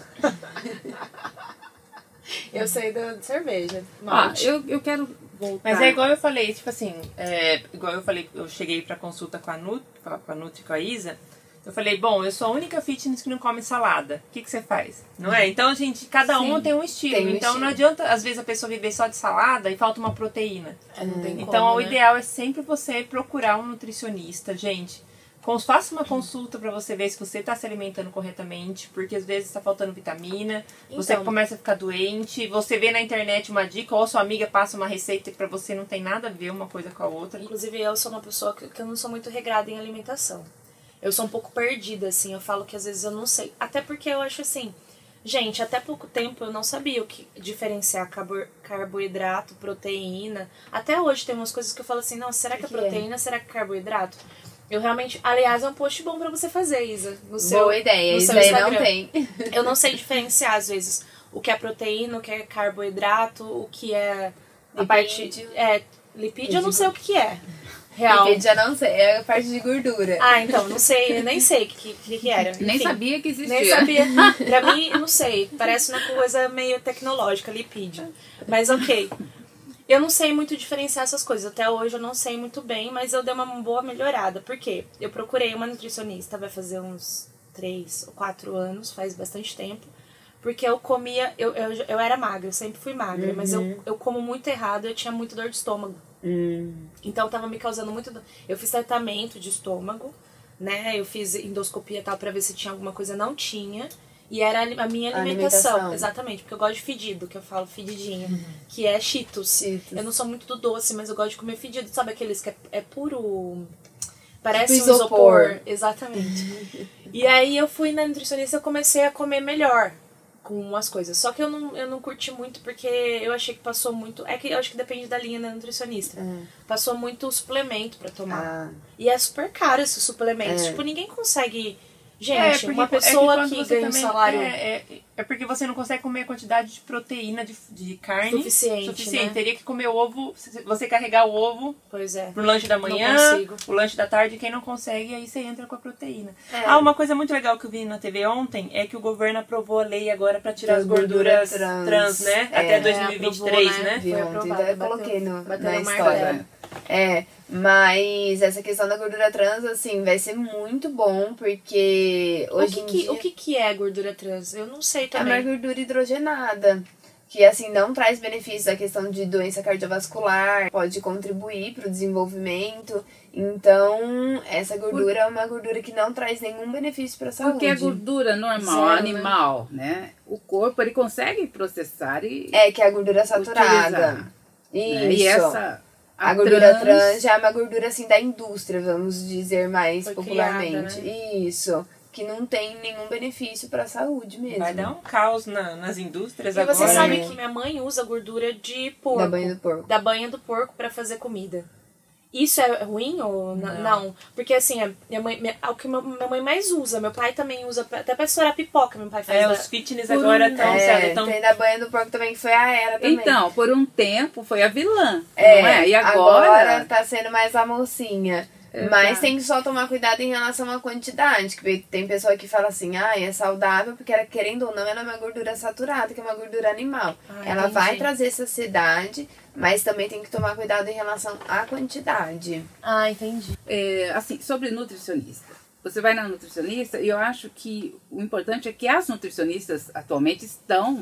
Eu sei de cerveja. Ó, Malte. eu quero voltar. Mas é igual eu falei, tipo assim, igual eu falei, eu cheguei pra consulta com a Nutri, com a Isa, eu falei, bom, eu sou a única fitness que não come salada. O que você faz? Não é? Então, gente, cada um Sim, tem um estilo. tem um Então, estilo. não adianta, às vezes, a pessoa viver só de salada e falta uma proteína. Não tem Então, como, o né? ideal é sempre você procurar um nutricionista, gente. Faça uma consulta pra você ver se você tá se alimentando corretamente, porque às vezes tá faltando vitamina, você Então. começa a ficar doente, você vê na internet uma dica, ou sua amiga passa uma receita que pra você não tem nada a ver uma coisa com a outra. Inclusive, eu sou uma pessoa que eu não sou muito regrada em alimentação. Eu sou um pouco perdida, assim. Eu falo que às vezes eu não sei. Até porque eu acho assim... Gente, até pouco tempo eu não sabia o que diferenciar carboidrato, proteína. Até hoje tem umas coisas que eu falo assim, não, será que é que é? proteína, será que é carboidrato? Eu realmente... Aliás, é um post bom pra você fazer, Isa. No seu, Boa ideia, no isso seu daí não Instagram. tem. Eu não sei diferenciar, às vezes, o que é proteína, o que é carboidrato, o que é a parte... Lipídio eu não sei o que é. Real. Lipídio já não sei, é a parte de gordura. Ah, então, não sei, eu nem sei o que era. Nem Enfim, sabia que existia. Nem sabia. Pra mim, não sei, parece uma coisa meio tecnológica, lipídio. Mas ok. Eu não sei muito diferenciar essas coisas. Até hoje eu não sei muito bem, mas eu dei uma boa melhorada. Por quê? Eu procurei uma nutricionista, vai fazer uns 3 ou 4 anos, faz bastante tempo. Porque eu comia, eu era magra, eu sempre fui magra, mas eu como muito errado, eu tinha muito dor de estômago. Então tava me causando muito dor. Eu fiz tratamento de estômago, né? Eu fiz endoscopia e tal pra ver se tinha alguma coisa, não tinha. E era a minha alimentação. Exatamente, porque eu gosto de fedido, que eu falo fedidinho, que é Cheetos. Eu não sou muito do doce, mas eu gosto de comer fedido. Sabe aqueles que é puro... Parece Tipo um isopor. Exatamente. E aí eu fui na nutricionista e comecei a comer melhor com as coisas. Só que eu não curti muito porque eu achei que passou muito... É que eu acho que depende da linha da nutricionista. Passou muito suplemento pra tomar. E é super caro esses suplementos. Tipo, ninguém consegue... Gente, uma pessoa quando que você ganha um também- salário... É porque você não consegue comer a quantidade de proteína de carne Suficiente, né? Teria que comer ovo, você carregar o ovo Pois é. pro lanche da manhã, consigo. o lanche da tarde, quem não consegue, aí você entra com a proteína. Uma coisa muito legal que eu vi na TV ontem é que o governo aprovou a lei agora pra tirar as gorduras trans, né? Até 2023, aprovou, né? Vi Foi ontem, aprovado, eu bateu- coloquei bateu na no história. martelo. Mas essa questão da gordura trans, assim, vai ser muito bom, porque hoje em dia O que é gordura trans? Eu não sei é uma também. gordura hidrogenada, que assim não traz benefícios da questão de doença cardiovascular, pode contribuir para o desenvolvimento. Então, essa gordura é uma gordura que não traz nenhum benefício para a saúde. Porque a gordura normal, Zero, animal, né? O corpo, ele consegue processar e que é a gordura saturada. utilizar, Isso. né? E essa... A gordura trans já é uma gordura assim da indústria, vamos dizer mais Foi popularmente. criada, Isso. Que não tem nenhum benefício para a saúde mesmo. Vai dar um caos nas indústrias E agora. você sabe né? que minha mãe usa gordura de porco. Da banha do porco. Da banha do porco pra fazer comida. Isso é ruim ou não? Porque assim, o que minha mãe mais usa, meu pai também usa, até pra estourar pipoca, meu pai faz. Os fitness agora estão... Tem da banha do porco também, que foi a Era também. Então, por um tempo foi a vilã, não é? E agora tá sendo mais a mocinha. Exato. Mas tem que só tomar cuidado em relação à quantidade. Que tem pessoa que fala assim, é saudável porque ela, querendo ou não, ela é uma gordura saturada, que é uma gordura animal. Ela entendi. vai trazer saciedade, mas também tem que tomar cuidado em relação à quantidade. Entendi. assim, sobre nutricionista. Você vai na nutricionista e eu acho que o importante é que as nutricionistas atualmente estão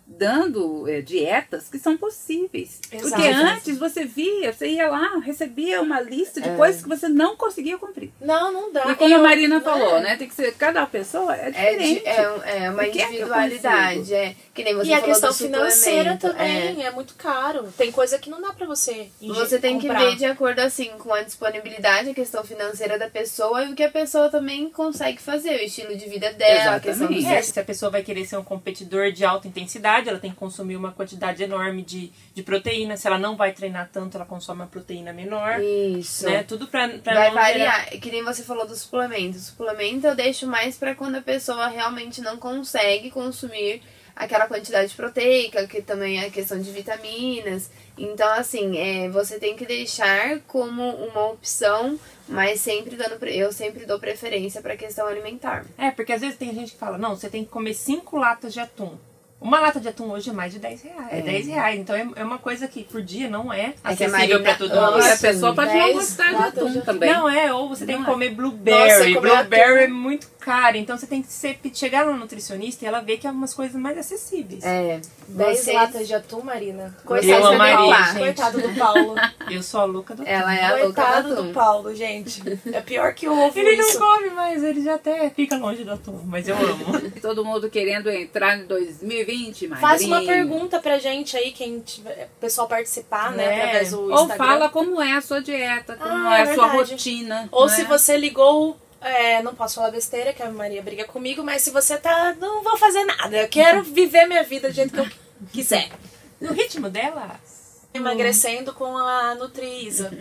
dando dietas que são possíveis. Exato. Porque antes você ia lá, recebia uma lista de coisas que você não conseguia cumprir. Não dá. E como a Marina falou, né? Tem que ser, cada pessoa é diferente. É uma individualidade. Que nem você e a falou questão do financeira suplemento. também é muito caro. Tem coisa que não dá pra você Você tem comprar. que ver de acordo assim com a disponibilidade, a questão financeira da pessoa e o que a pessoa também consegue fazer, o estilo de vida dela, a questão do Se a pessoa vai querer ser um competidor de alta intensidade, ela tem que consumir uma quantidade enorme de proteína. Se ela não vai treinar tanto, ela consome uma proteína menor. Isso. Né? Tudo pra Vai não variar. Que nem você falou do suplemento. O suplemento eu deixo mais pra quando a pessoa realmente não consegue consumir aquela quantidade proteica, que também é a questão de vitaminas. Então, assim, você tem que deixar como uma opção, mas sempre eu sempre dou preferência pra questão alimentar. Porque às vezes tem gente que fala, não, você tem que comer 5 latas de atum. Uma lata de atum hoje é mais de 10 reais. É 10 reais. Então é uma coisa que por dia não é acessível pra todo mundo. E a pessoa pode não gostar de atum também. Não ou você tem que comer blueberry. Blueberry é muito caro. Então você tem que chegar no nutricionista e ela vê que é umas coisas mais acessíveis. 10 latas de atum, Marina. Eu amaria, gente. Coitado do Paulo. Eu sou a louca do atum. Ela é a louca do Coitado atum. do Paulo, gente. É pior que o ovo. Ele não come mais, ele já até fica longe do atum. Mas eu amo. Todo mundo querendo entrar em 2020, Madrinha. Faz uma pergunta pra gente aí, quem tiver, o pessoal participar, né, através do Ou Instagram. fala como é a sua dieta, como é a sua rotina. Ou se você ligou, não posso falar besteira, que a Maria briga comigo, mas se você não vou fazer nada, eu quero viver minha vida do jeito que eu quiser. No ritmo dela... Emagrecendo com a Nutriisa.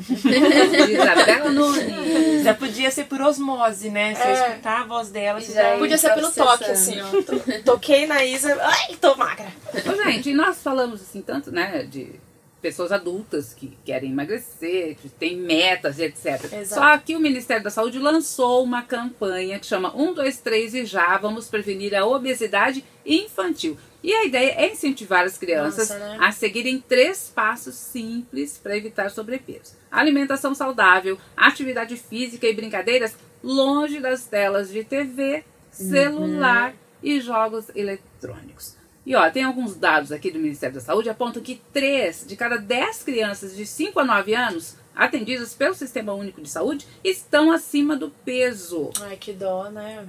Isabela Nunes. Já podia ser por osmose, né? Você escutar a voz dela. Você já Podia ser pelo toque, assim, ó. Toquei na Isa, ai, tô magra. Gente, nós falamos assim tanto, né, de pessoas adultas que querem emagrecer, que têm metas e etc. Exato. Só que o Ministério da Saúde lançou uma campanha que chama 1, 2, 3 e já, vamos prevenir a obesidade infantil. E a ideia é incentivar as crianças a seguirem 3 passos simples para evitar sobrepeso. Alimentação saudável, atividade física e brincadeiras longe das telas de TV, celular e jogos eletrônicos. E tem alguns dados aqui do Ministério da Saúde que apontam que 3 de cada 10 crianças de 5 a 9 anos atendidas pelo Sistema Único de Saúde estão acima do peso. Ai, que dó, né?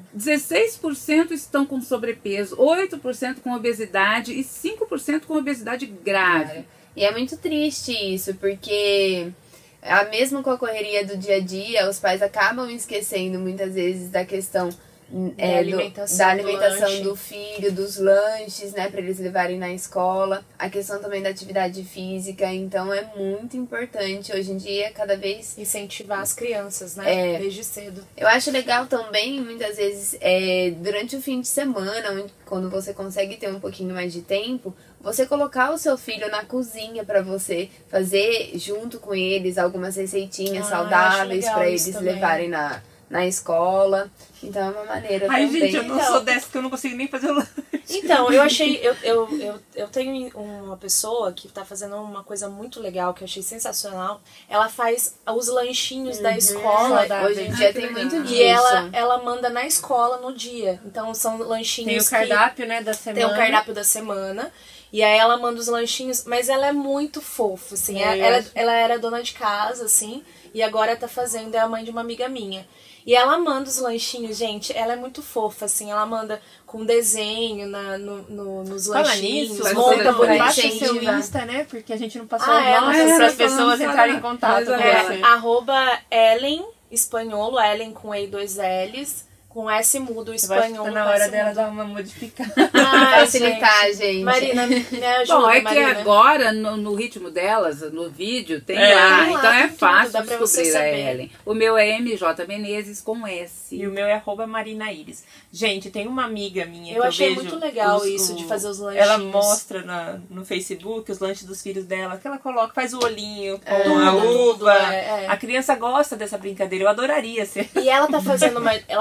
16% estão com sobrepeso, 8% com obesidade e 5% com obesidade grave. E é muito triste isso, porque mesmo com a correria do dia a dia, os pais acabam esquecendo muitas vezes da questão da alimentação do filho, dos lanches, né, para eles levarem na escola, a questão também da atividade física. Então é muito importante hoje em dia cada vez incentivar as crianças, né, desde cedo. Eu acho legal também muitas vezes durante o fim de semana, quando você consegue ter um pouquinho mais de tempo, você colocar o seu filho na cozinha para você fazer junto com eles algumas receitinhas saudáveis para eles levarem na escola. Então é uma maneira também. Gente, eu não sou dessa que eu não consigo nem fazer o lanche. Então, eu achei... Eu tenho uma pessoa que tá fazendo uma coisa muito legal, que eu achei sensacional. Ela faz os lanchinhos da escola. Hoje em dia tem muito disso. E ela manda na escola no dia. Então são lanchinhos Tem o cardápio, né, da semana. Tem o cardápio da semana. E aí ela manda os lanchinhos, mas ela é muito fofa, assim. Ela era dona de casa, assim, e agora tá fazendo, é a mãe de uma amiga minha. E ela manda os lanchinhos, gente, ela é muito fofa, assim, ela manda com desenho nos lanchinhos, nisso, monta bonitinho. Passa o seu Insta, né, porque a gente não passou o nome para as pessoas entrarem em contato com você. @Ellen Espanholo, Ellen com E e 2 L's. Com S mudo, espanhol. Tá na hora dela dar uma modificada. Facilitar, gente. Marina, me ajuda. Bom, é Marina. Que agora, no ritmo delas, no vídeo, tem lá. Então é fácil dá pra você descobrir a saber. Ellen. O meu é MJ Menezes com S. E o meu é @Marinaíris. Gente, tem uma amiga minha que eu achei vejo muito legal isso de fazer os lanchinhos. Ela mostra no Facebook os lanches dos filhos dela, que ela coloca, faz o olhinho com a uva. A criança gosta dessa brincadeira, eu adoraria ser. E ela tá fazendo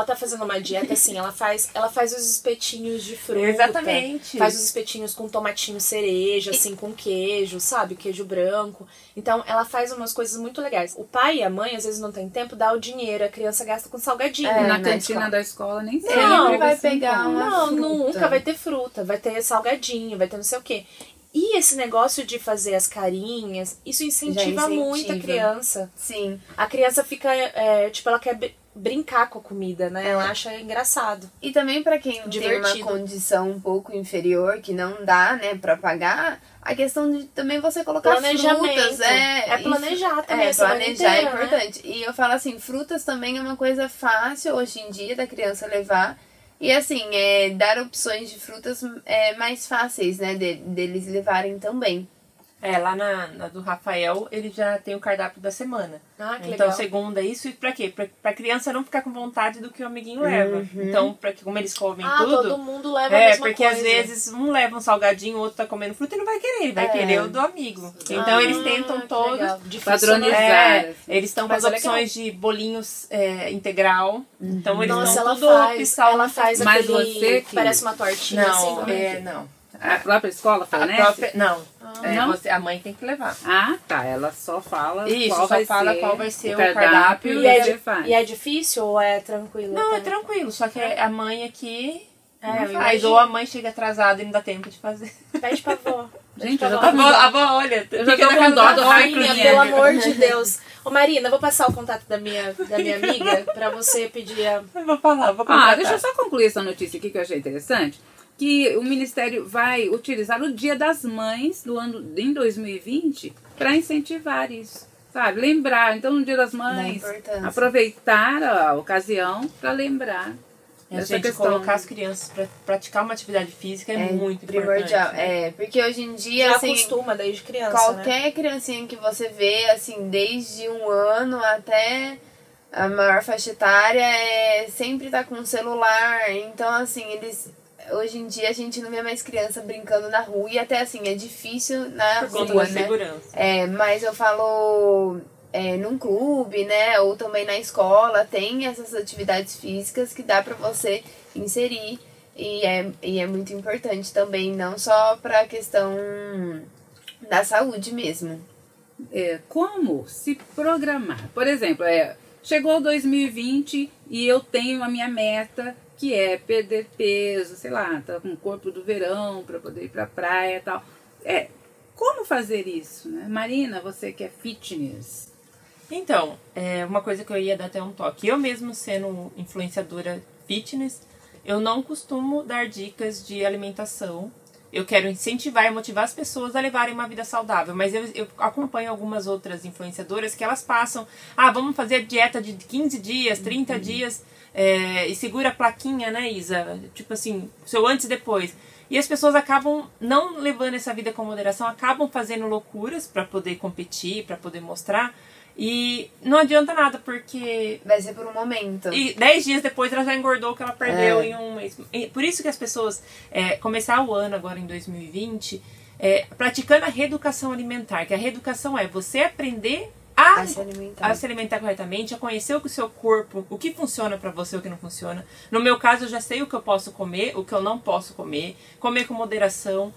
uma dieta assim, ela faz os espetinhos de fruta. Exatamente. Faz os espetinhos com tomatinho cereja, assim, com queijo, sabe? Queijo branco. Então, ela faz umas coisas muito legais. O pai e a mãe, às vezes, não tem tempo, dá o dinheiro, a criança gasta com salgadinho. Na na cantina escola. da escola nem sempre Não, vai ser pegar bom. uma Não, fruta. nunca vai ter fruta, vai ter salgadinho, vai ter não sei o quê. E esse negócio de fazer as carinhas, isso incentiva muito a criança. Sim. A criança fica, tipo, ela quer brincar com a comida, né? Ela acha engraçado. E também pra quem tem uma Divertido. condição um pouco inferior, que não dá, né, pra pagar, a questão de também você colocar Planejamento. frutas. É planejar também, É, a semana planejar é inteira, né? importante. E eu falo assim, frutas também é uma coisa fácil hoje em dia da criança levar. E assim, dar opções de frutas mais fáceis, né, deles levarem também. Lá na do Rafael, ele já tem o cardápio da semana. Ah, que então, legal. segunda, isso e pra quê? Pra criança não ficar com vontade do que o amiguinho leva. Então, como eles comem tudo... todo mundo leva a mesma porque coisa. às vezes um leva um salgadinho, o outro tá comendo fruta e não vai querer. Ele vai querer o do amigo. Então, eles tentam que todos... legal. Difícil, Padronizar. né? Eles estão com Mas as é legal. opções de bolinhos integral. Então, eles Nossa, estão ela tudo ela faz Mas aquele você que que- parece uma tortinha assim. Não, como é que- não. A própria escola A fornece? própria, não. Não? A mãe tem que levar. Ah, tá. Ela só fala Isso, qual só vai fala ser qual vai ser o cardápio cardápio e E é, você faz. e é difícil ou é tranquilo? Não, é até? tranquilo, só que a mãe aqui eu não faz. imagino. Ou a mãe chega atrasada e não dá tempo de fazer. Pede pra avó. Gente, Pede eu pra já tô avó. com A avó, olha, Eu já fica tô na com casa dó da do avó, Rafinha. Marina, inclusive. pelo amor de Deus. Ô Marina, eu vou passar o contato da minha amiga pra você pedir a... Eu vou falar, vou contratar. deixa eu só concluir essa notícia aqui que eu achei interessante. Que o Ministério vai utilizar o Dia das Mães do ano em 2020 para incentivar isso, sabe? Lembrar. Então, no Dia das Mães, importância. aproveitar a ocasião para lembrar A dessa gente questão. colocar as crianças pra praticar uma atividade física é muito primordial. importante. Né? Porque hoje em dia, Já assim, acostuma desde criança, qualquer né? criancinha que você vê, assim, desde 1 ano até a maior faixa etária, sempre tá com um celular. Então, assim, hoje em dia a gente não vê mais criança brincando na rua. E até, assim, é difícil na Por conta rua, da né? segurança. Mas eu falo... num clube, né, ou também na escola, tem essas atividades físicas que dá pra você inserir e é muito importante também, não só pra questão da saúde mesmo. Como se programar? Por exemplo, chegou 2020 e eu tenho a minha meta, que é perder peso, sei lá, tá com o corpo do verão para poder ir pra praia e tal. Como fazer isso, né? Marina, você que é fitness. Então, uma coisa que eu ia dar até um toque. Eu mesmo sendo influenciadora fitness, eu não costumo dar dicas de alimentação. Eu quero incentivar e motivar as pessoas a levarem uma vida saudável. Mas eu acompanho algumas outras influenciadoras que elas passam... vamos fazer dieta de 15 dias, 30 dias... e segura a plaquinha, né, Isa? Tipo assim, seu antes e depois. E as pessoas acabam não levando essa vida com moderação, acabam fazendo loucuras pra poder competir, pra poder mostrar. E não adianta nada, porque... Vai ser por um momento. E 10 dias depois ela já engordou o que ela perdeu em um mês. E por isso que as pessoas começar o ano agora em 2020 praticando a reeducação alimentar. Que a reeducação é você aprender a se alimentar corretamente, a conhecer o seu corpo, o que funciona pra você, o que não funciona. No meu caso, eu já sei o que eu posso comer, o que eu não posso comer com moderação.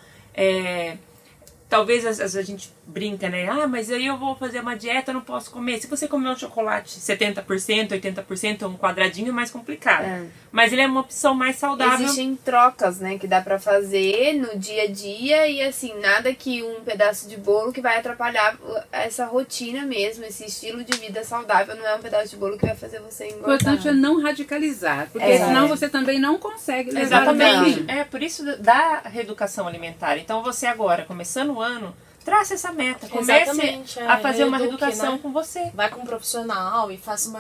Talvez a gente brinca, né? Mas aí eu vou fazer uma dieta, eu não posso comer. Se você comer um chocolate 70%, 80%, um quadradinho é mais complicado. Mas ele é uma opção mais saudável. Existem trocas, né, que dá pra fazer no dia a dia e, assim, nada que um pedaço de bolo que vai atrapalhar essa rotina mesmo, esse estilo de vida saudável. Não é um pedaço de bolo que vai fazer você O engordar. importante é não radicalizar, porque senão você também não consegue levar Exatamente. a Por isso da reeducação alimentar. Então você agora, começando o ano, traça essa meta. Comece Exatamente, a fazer uma reeduque, reeducação né? com você. Vai com um profissional e faça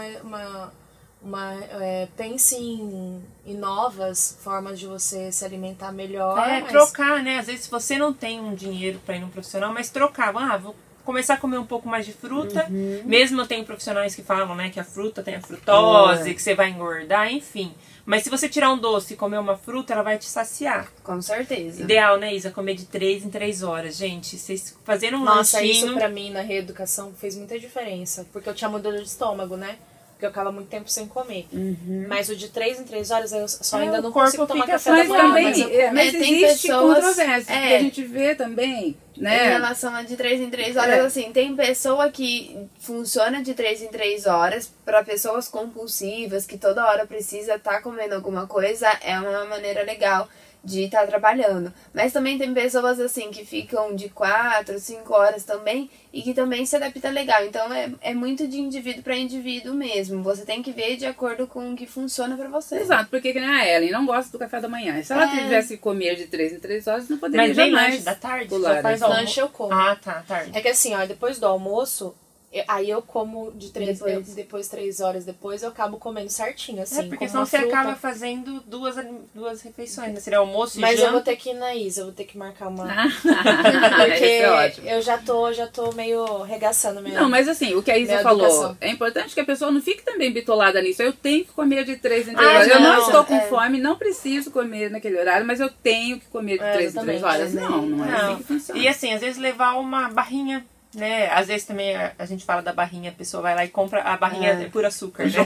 pense em novas formas de você se alimentar melhor. mas- Trocar, né? Às vezes você não tem um dinheiro para ir num profissional, mas trocar. Vou começar a comer um pouco mais de fruta. Mesmo eu tenho profissionais que falam, né, que a fruta tem a frutose, que você vai engordar, enfim. Mas se você tirar um doce e comer uma fruta, ela vai te saciar. Com certeza. Ideal, né, Isa? Comer de 3 em 3 horas. Gente, vocês fazendo um Nossa, lanchinho... isso pra mim na reeducação fez muita diferença. Porque eu tinha mudança de estômago, né? porque eu ficava muito tempo sem comer. Mas o de 3 em 3 horas eu só ainda o não corpo consigo tomar fica café da Mas manhã. também, Mas eu mas tem existe pessoas- controvérsia, porque a gente vê também, Em né? relação a de 3 em 3 horas, É. assim, tem pessoa que funciona de 3 em 3 horas, pra pessoas compulsivas, que toda hora precisa estar comendo alguma coisa, é uma maneira legal de estar trabalhando. Mas também tem pessoas, assim, que ficam de 4, 5 horas também, e que também se adapta legal. Então, é muito de indivíduo pra indivíduo mesmo. Você tem que ver de acordo com o que funciona pra você. Exato, porque que nem a Ellen não gosta do café da manhã. Se ela tivesse que comer de 3 em 3 horas, não poderia Mas vem jamais lanche da tarde? pular Só faz essa. almoço? lanche eu como. Ah, tá, tarde. É que assim, ó, depois do almoço, aí eu como de 3 Depois. depois 3 horas depois, eu acabo comendo certinho, assim. É, porque como senão uma você fruta. acaba fazendo duas refeições, né? Seria almoço e Mas janta. eu vou ter que ir na Isa, eu vou ter que marcar uma. Porque Porque é ótimo. eu já tô meio regaçando mesmo. Não, mas assim, o que a Isa Minha falou, educação. é importante que a pessoa não fique também bitolada nisso. Eu tenho que comer de 3 em 3 Ah, horas. Eu não não, estou com é. fome, não preciso comer naquele horário, mas eu tenho que comer de 3 em 3 horas. exatamente. Não é assim Não. que funciona. E assim, às vezes levar uma barrinha, né? Às vezes também a gente fala da barrinha, a pessoa vai lá e compra a barrinha por açúcar, né?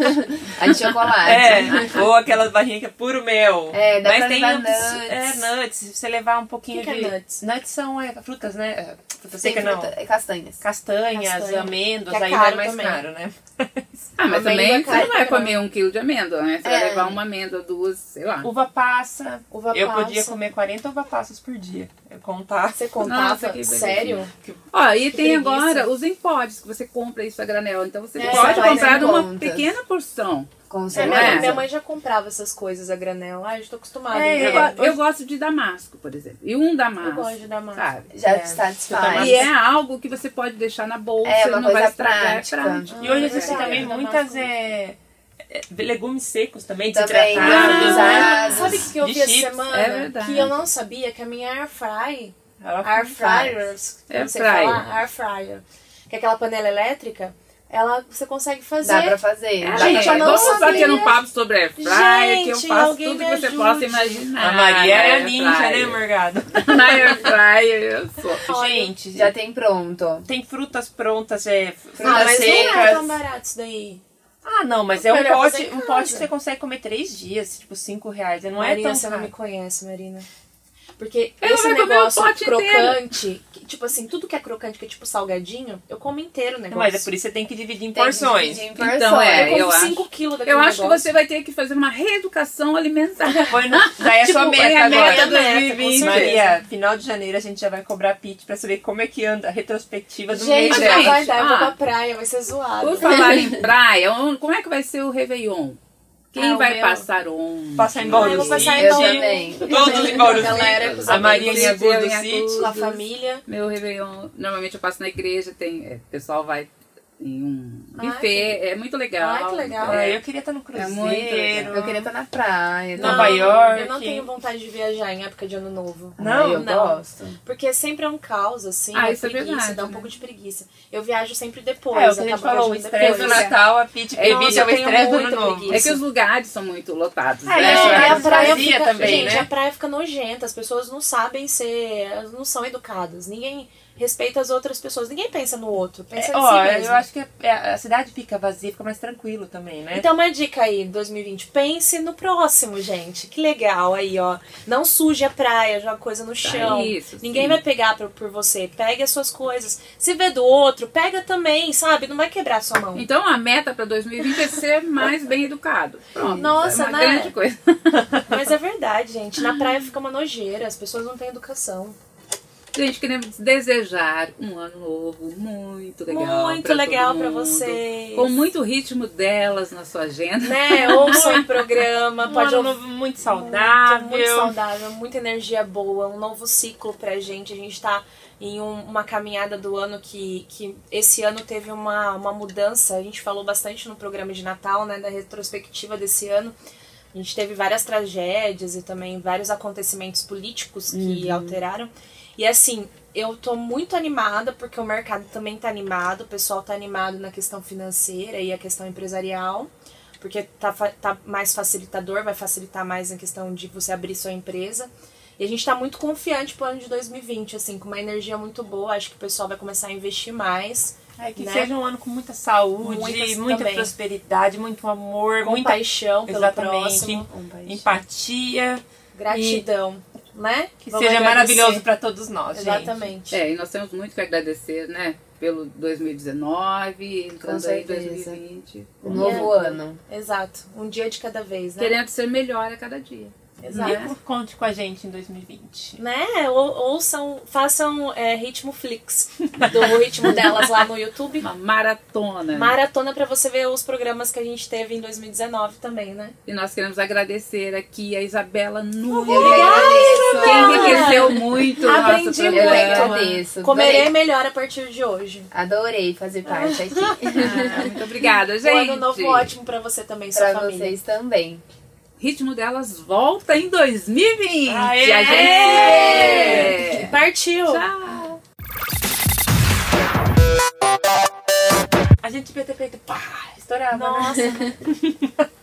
A de chocolate. É, ou aquelas barrinhas que é puro mel. É, dá mas pra tem levar nuts. nuts. Nuts. Se você levar um pouquinho O que de. é nuts? Nuts são frutas, né? Fruta Sem seca não. fruta, castanhas. Castanhas, Castanha. amêndoas, Que é aí vai caro mais também. caro, né? Ah, mas Amêndoa também é você caro não vai pra comer 1 quilo de amêndoa, né? Você vai É. levar uma amêndoa, 2, sei lá. Uva passa. Uva Eu passa. podia comer 40 uva passas por dia. Eu contar. Você contava? Nossa, que beleza. Sério? Ó, e tem preguiça. agora os empodes, que você compra isso a granel. Então você É, pode faz comprar em de uma contas. pequena porção. Com É, certeza. minha mãe já comprava essas coisas a granel. Ai, eu já tô acostumada. É, então. Eu gosto de damasco, por exemplo. E um damasco. Eu gosto de damasco. Sabe? Já É. satisfaz. E é algo que você pode deixar na bolsa, É uma não vai coisa estragar, prática. é prático. E hoje Ah, existem é também verdade. muitas Damasco. legumes secos também, Também, desidratados. Ah, Sabe o que eu de vi essa chips. semana? É verdade. Que eu não sabia que a minha air fry, Ela air fryers, Air não sei fryer. falar, air fryer, que é aquela panela elétrica, você consegue fazer. Dá pra fazer. É, Gente, eu não vamos só sabia. ter um papo sobre air fryer, que eu Gente, faço alguém tudo me que você ajude. possa imaginar. A Maria é a na ninja, air né, fryer. Morgado? Na air fryer eu sou. Olha, Gente, Já tem pronto. tem frutas prontas, Ah, frutas mas não é secas. tão barato isso daí. Ah, não, mas é um Melhor pote, fazer em um casa. pote que você consegue comer 3 dias, tipo R$5. Não é Marina, tão você não me caro. conhece, Marina. Porque Eu esse vou comer negócio o pote crocante, que, tipo assim, tudo que é crocante, que é tipo salgadinho, eu como inteiro o negócio. Mas é por isso que você tem que dividir em Tem que porções. dividir em Então, é, Eu eu como acho. 5 quilos daquele Eu acho que negócio. você vai ter que fazer uma reeducação alimentar. Foi no, já é a sua Tipo, meta é a agora. meta Minha meta, 2020. com certeza. Maria, final de janeiro a gente já vai cobrar pitch pra saber como é que anda a retrospectiva do Gente, mês Mas, não dela. gente, vai dar, eu vou ah, pra praia, vai ser zoado. Por falar em praia, como é que vai ser o Réveillon? Quem Ah, o vai meu- passar onde? Passar em Bauru eu vou passar em Eu Bauru. também. Todos em Bauru. Galera, com os A Maria em amigos, Agudo eu em City. Agudo. com a família. Meu Réveillon, normalmente eu passo na igreja, o pessoal vai em um Ai, buffet, é muito legal. Ai, que legal. Ah, É, eu queria estar no muito cruzeiro. Eu queria estar na praia. Nova Não, York. Eu não tenho vontade de viajar em época de ano novo. Não, eu não. gosto. Porque sempre é um caos, assim. Ah, é isso é preguiça, verdade, dá um né? pouco de preguiça. Eu viajo sempre depois. É, o que a gente acabo falou, o viajando estresse do depois. Natal, a Pitty É, evita nossa, eu o tenho estresse do muita ano novo. preguiça. É que os lugares são muito lotados, É, né? e É, a a praia vazia fica, também, gente, né? a praia fica nojenta, as pessoas não sabem ser, elas não são educadas, ninguém respeita as outras pessoas, ninguém pensa no outro, pensa em si Ó, mesmo. eu acho que a cidade fica vazia, fica mais tranquilo também, né? Então uma dica aí, 2020, pense no próximo, gente, que legal aí, ó, não suje a praia, joga coisa no chão, isso, ninguém sim. vai pegar por você, pegue as suas coisas, se vê do outro, pega também, sabe, não vai quebrar sua mão. Então a meta para 2020 é ser mais bem educado. Pronto. Nossa, é uma né? grande coisa. Mas é verdade, gente, na praia fica uma nojeira, as pessoas não têm educação. Gente, queremos desejar um ano novo muito legal. Muito pra legal todo pra mundo, vocês. Com muito ritmo delas na sua agenda. Né, ouçam o programa, Um pode ano ouvir. novo muito saudável. Muito saudável, muita energia boa, um novo ciclo pra gente. A gente tá em uma caminhada do ano que esse ano teve uma mudança. A gente falou bastante no programa de Natal, né, da retrospectiva desse ano. A gente teve várias tragédias e também vários acontecimentos políticos que alteraram. E assim, eu tô muito animada porque o mercado também tá animado, o pessoal tá animado na questão financeira e a questão empresarial, porque tá mais facilitador, vai facilitar mais na questão de você abrir sua empresa. E a gente tá muito confiante pro ano de 2020, assim, com uma energia muito boa. Acho que o pessoal vai começar a investir mais. Que né? seja um ano com muita saúde, muita também. prosperidade, muito amor, Compaixão pelo próximo. empatia. Gratidão, né? Que Vamos seja agradecer. maravilhoso para todos nós, gente. Exatamente. E nós temos muito que agradecer, né? Pelo 2019, entrando aí 2020. Um novo ano. Exato. Um dia de cada vez, né? Querendo ser melhor a cada dia. Exato. E conte com a gente em 2020. Né? Ouçam, façam Ritmo Flix do Ritmo Delas lá no YouTube. Uma maratona. Maratona pra você ver os programas que a gente teve em 2019 também, né? E nós queremos agradecer aqui a Isabela Nunes, Obrigada, que enriqueceu muito o nosso Aprendi programa. Eu muito. agradeço. Comerei Adorei. melhor a partir de hoje. Adorei fazer parte aqui. Muito obrigada, gente. Um ano novo ótimo pra você também, sua Pra família. vocês também. Ritmo Delas volta em 2020. Aê! A gente... Partiu! Tchau. A gente devia ter feito pá, estourava, Nossa, né?